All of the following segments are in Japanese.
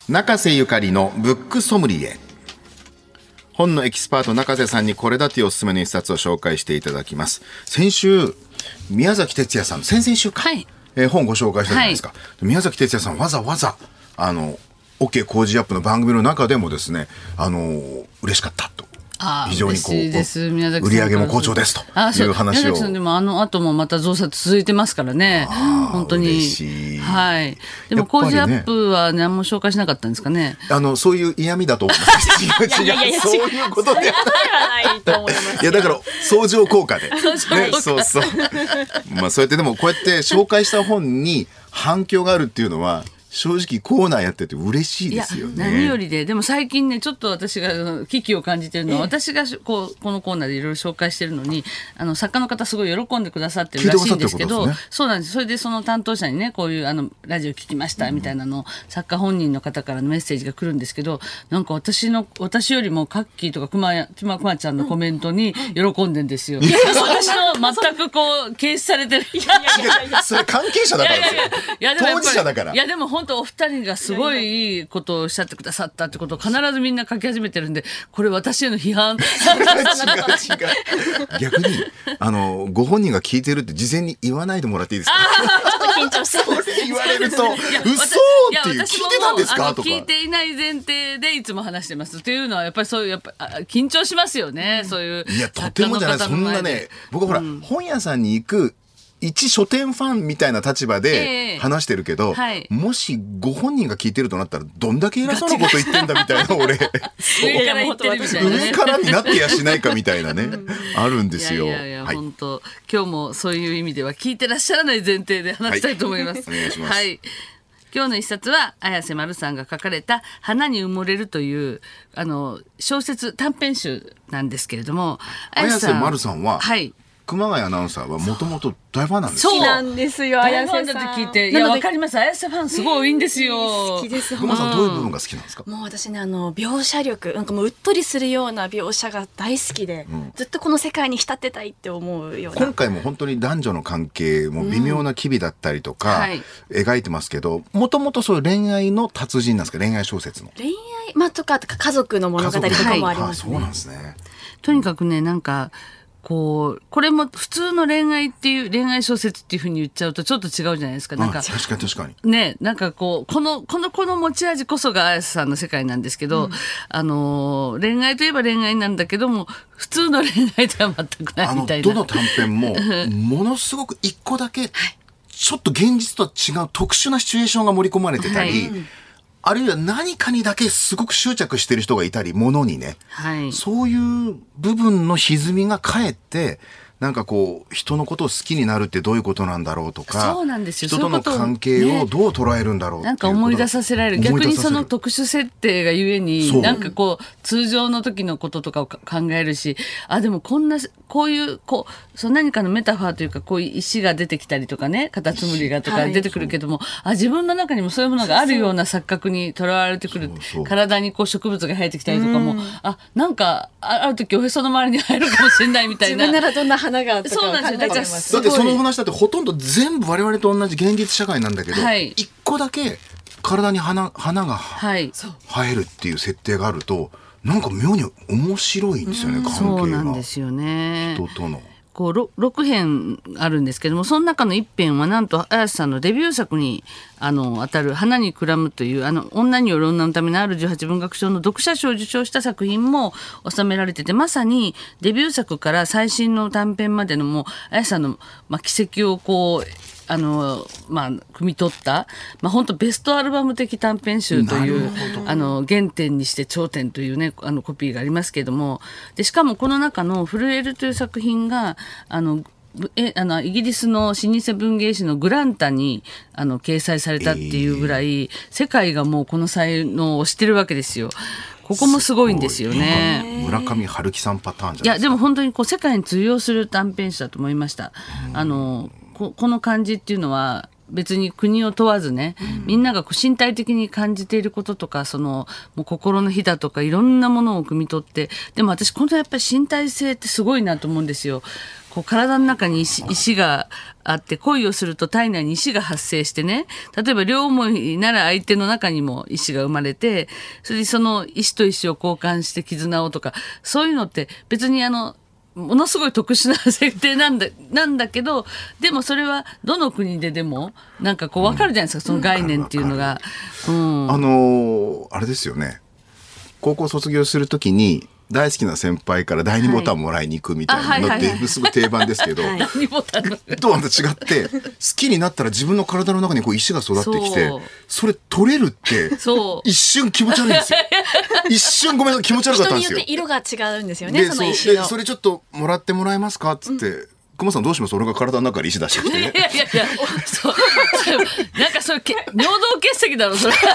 中瀬ゆかりのブックソムリエ。本のエキスパート中瀬さんにこれだというおすすめの一冊を紹介していただきます。先週宮崎哲也さん、先々週か、 はい、 本ご紹介したじゃないですか、はい、宮崎哲也さんわざわざOK 工事アップの番組の中でもですね、嬉しかったと、非常にこう売り上げも好調ですという話を。 宮崎さんでも後もまた増産続いてますからね、本当に嬉しい。 はい。でも工事アップは何も紹介しなかったんですかね。 そういう嫌味だと思います違うそういうことでないと思います。 いやだから相乗効果で、ね、そうそうまあそうやってでもこうやって紹介した本に反響があるっていうのは正直コーナーやってて嬉しいですよね。 何よりでも最近ねちょっと私が危機を感じてるのは、私がこのコーナーでいろいろ紹介してるのに作家の方すごい喜んでくださってるらしいんですけど、そうなんです。それでその担当者にねこういうラジオ聞きましたみたいなのを、作家本人の方からのメッセージが来るんですけど、なんか私よりもカッキーとかくまちゃんのコメントに喜んでんですよ。私の全くこう掲出されてる。 それ関係者だからですよ。当事者だから。 いやでも本当お二人がすごいいいことをおっしゃってくださったってことを必ずみんな書き始めてるんで、これ私への批判。 違う逆にご本人が聞いてるって事前に言わないでもらっていいですか。 ちょっと緊張してます。 それ言われると嘘っていう、聞いてたんですかとか。 聞いていない前提でいつも話してますっていうのはやっぱりそういう緊張しますよね、そういう。 いやとてもじゃない、そんなね、僕はほら、本屋さんに行く一書店ファンみたいな立場で話してるけど、 はい、 もしご本人が聞いてるとなったらどんだけ偉そうなこと言ってんだみたいな俺上から言ってるみたいなね、 上からになってやしないかみたいなねあるんですよ。 いや、本当今日もそういう意味では聞いてらっしゃらない前提で話したいと思います。 お願いします。 はい。今日の一冊は綾瀬まるさんが書かれた花に埋もれるという小説短編集なんですけれども、 綾瀬まるさんは、 はい、 熊谷アナウンサーはもともと大ファンなんですよ。好きなんですよ、綾瀬さん。 大ファンだって聞いて、いやわかります。綾瀬ファンすごい多いんですよ。 好きです。 熊谷さんどういう部分が好きなんですか。 もう私ね描写力、なんかもううっとりするような描写が大好きで、ずっとこの世界に浸ってたいって思うような。 今回も本当に男女の関係も微妙な機微だったりとか、描いてますけど、もともとそういう恋愛の達人なんですか、恋愛小説の。 恋愛とか家族の物語とかもありますね。 そうなんですね。 とにかくね、なんかこれも普通の恋愛っていう恋愛小説っていう風に言っちゃうとちょっと違うじゃないですか。なんか確かにね、なんかこの持ち味こそが綾瀬さんの世界なんですけど、恋愛といえば恋愛なんだけども普通の恋愛では全くないみたいな。 どの短編もものすごく一個だけちょっと現実とは違う特殊なシチュエーションが盛り込まれてたり、あるいは何かにだけすごく執着してる人がいたり、ものにね、そういう部分の歪みがかえってなんかこう人のことを好きになるってどういうことなんだろうとか、 そうなんですよ、 人との関係をどう捉えるんだろうっていう、 なんか思い出させられる。逆にその特殊設定がゆえになんか通常の時のこととかを考えるし、でもこういう何かのメタファーというか、こういう石が出てきたりとかね、カタツムリがとか出てくるけども、自分の中にもそういうものがあるような錯覚にとらわれてくる。体に植物が生えてきたりとかも、なんかある時おへその周りに生えるかもしれないみたいな。 自分ならどんな花がとかそうなんですよ。 だってその話だってほとんど全部我々と同じ現実社会なんだけど、一個だけ体に花が生えるっていう設定があると、なんか妙に面白いんですよね、関係が。 そうなんですよね。 人との 6編あるんですけども、その中の1編はなんと綾瀬さんのデビュー作に当たる花にくらむという女による女のためのR18文学賞の読者賞を受賞した作品も収められてて、まさにデビュー作から最新の短編までのもう綾瀬さんの、軌跡を汲み取った、本当ベストアルバム的短編集という原点にして頂点というねコピーがありますけれども、でしかもこの中の震えるという作品がイギリスの老舗文芸誌のグランタに掲載されたっていうぐらい、世界がもうこの才能を知ってるわけですよ。ここもすごいんですよね。 村上春樹さんパターンじゃないですか。 いやでも本当に世界に通用する短編集だと思いました。この感じっていうのは別に国を問わずね、みんながこう身体的に感じていることとか、もう心の火だとかいろんなものを汲み取って、でも私このやっぱり身体性ってすごいなと思うんですよ。こう体の中に石があって、恋をすると体内に石が発生してね、例えば両思いなら相手の中にも石が生まれて、それでその石と石を交換して絆をとか、そういうのって別にものすごい特殊な設定なんだけど、でもそれはどの国ででもなんかこう分かるじゃないですか、その概念っていうのが。 あれですよね。高校卒業するときに大好きな先輩から第2ボタンもらいに行くみたいなのってすごい定番ですけど、 第2ボタンとはまた違って好きになったら自分の体の中にこう石が育ってきて、それ取れるって一瞬気持ち悪いんですよ。一瞬ごめんなさい、気持ち悪かったんですよ。 人によって色が違うんですよね、その石の。 それちょっともらってもらえますかっつって、熊さんどうします？俺が体の中に石出してきて。 いやそうなんかそれ尿道結石だろそれ。さ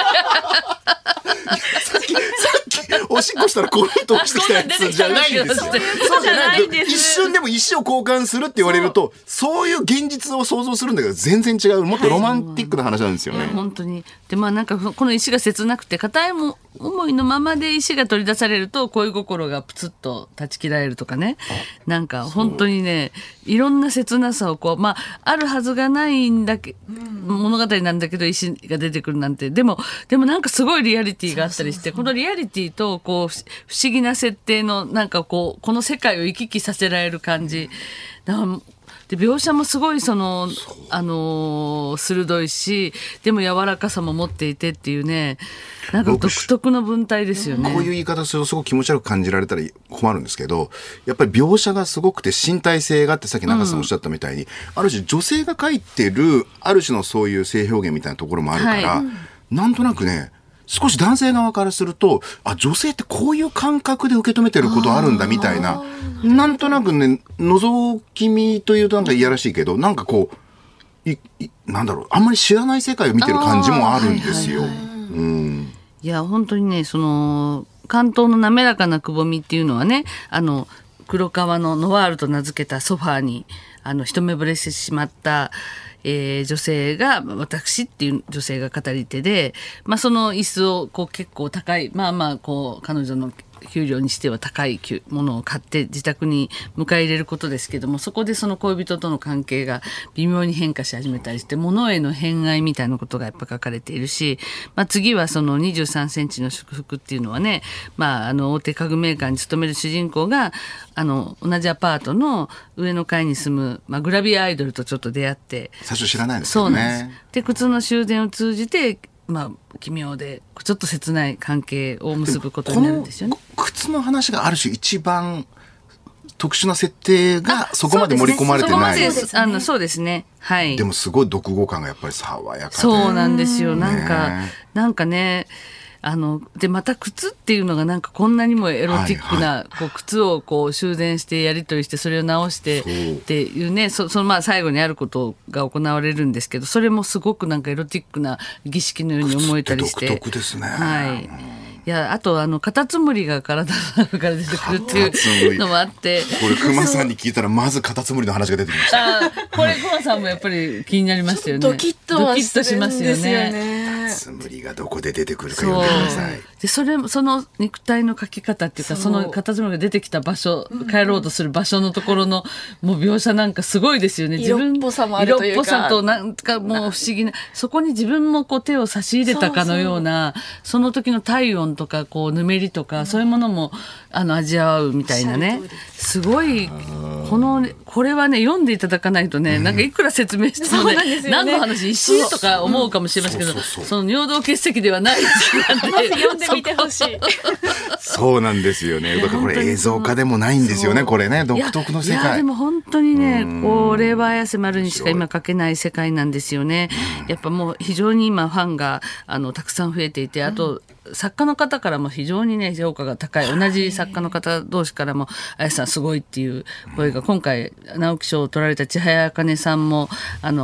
っきおしっこしたらこういうと落ちてきたやつじゃないんですよ。 そうじゃないです。 一瞬でも石を交換するって言われると、そういう現実を想像するんだけど全然違う、もっとロマンティックな話なんですよね。 本当に。でなんかこの石が切なくて硬い思いのままで石が取り出されると恋心がプツッと断ち切られるとかね、なんか本当にね、いろんな切なさをあるはずがないんだけ物語なんだけど石が出てくるなんて、でもなんかすごいリアリティがあったりして、このリアリティとこう不思議な設定のなんかこの世界を行き来させられる感じで、描写もすごい鋭いし、でも柔らかさも持っていてっていうね、なんか独特の文体ですよね。 こういう言い方するとすごく気持ち悪く感じられたら困るんですけど、やっぱり描写がすごくて身体性があって、さっき中さんおっしゃったみたいに、ある種女性が描いてるある種のそういう性表現みたいなところもあるから、なんとなくね、少し男性側からすると、女性ってこういう感覚で受け止めてることあるんだみたいな、なんとなくね、覗き見というとなんかいやらしいけど、なんかこうなんだろう、あんまり知らない世界を見てる感じもあるんですよ。 いや本当にね、関東の滑らかなくぼみっていうのはね、黒革のノワールと名付けたソファーに一目惚れしてしまった女性が、私っていう女性が語り手で、その椅子を結構高い、彼女の給料にしては高いものを買って自宅に迎え入れることですけども、そこでその恋人との関係が微妙に変化し始めたりして、物への偏愛みたいなことがやっぱ書かれているし、次はその23センチの祝福っていうのはね、大手家具メーカーに勤める主人公が同じアパートの上の階に住む、グラビアアイドルとちょっと出会って、 最初知らないんですよね。 そうなんです。で靴の修繕を通じて奇妙でちょっと切ない関係を結ぶことになるんですよね。 この靴の話がある種一番特殊な設定がそこまで盛り込まれてない。 そうですね。はい。 でもすごい読後感がやっぱり爽やかで。 そうなんですよ。なんかね。でまた靴っていうのがなんかこんなにもエロティックな、靴を修繕してやり取りしてそれを直してっていうね、最後にあることが行われるんですけど、それもすごくなんかエロティックな儀式のように思えたりして。 独特ですね。 はい。いや、あとカタツムリが体の中から出てくるっていうのもあって、 これ熊さんに聞いたらまずカタツムリの話が出てきました。 これ熊さんもやっぱり気になりましたよね。 ドキッとしますよね。 カタツムリがどこで出てくるか読んでください。 でその肉体の描き方っていうか、そのカタツムリが出てきた場所、帰ろうとする場所のところのもう描写なんかすごいですよね。 色っぽさもあるというか、 色っぽさとなんかもう不思議な、そこに自分も手を差し入れたかのような、その時の体温とかぬめりとか、そういうものも味わうみたいなね、すごいこれはね読んでいただかないとね、なんかいくら説明してもね、何の話石とか思うかもしれませんけど、その尿道結石ではない読んでみてほしい。 そうなんですよね。だからこれ映像化でもないんですよね。これね、独特の世界。 いやでも本当にね、これは綾瀬まるにしか今書けない世界なんですよね。やっぱもう非常に今ファンがたくさん増えていて、あと作家の方からも非常にね評価が高い、同じ作家の方同士からも綾瀬さんすごいっていう声が、今回直木賞を取られた千早茜さんも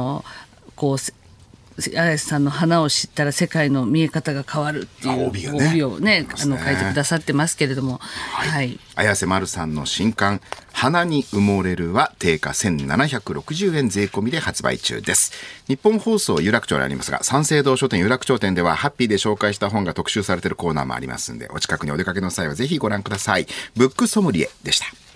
綾瀬さんの花を知ったら世界の見え方が変わるっていう帯をね書いてくださってますけれども、はい。 綾瀬まるさんの新刊花に埋もれるは定価1760円税込みで発売中です。日本放送有楽町にありますが、三省堂書店有楽町店ではハッピーで紹介した本が特集されているコーナーもありますんで、お近くにお出かけの際はぜひご覧ください。ブックソムリエでした。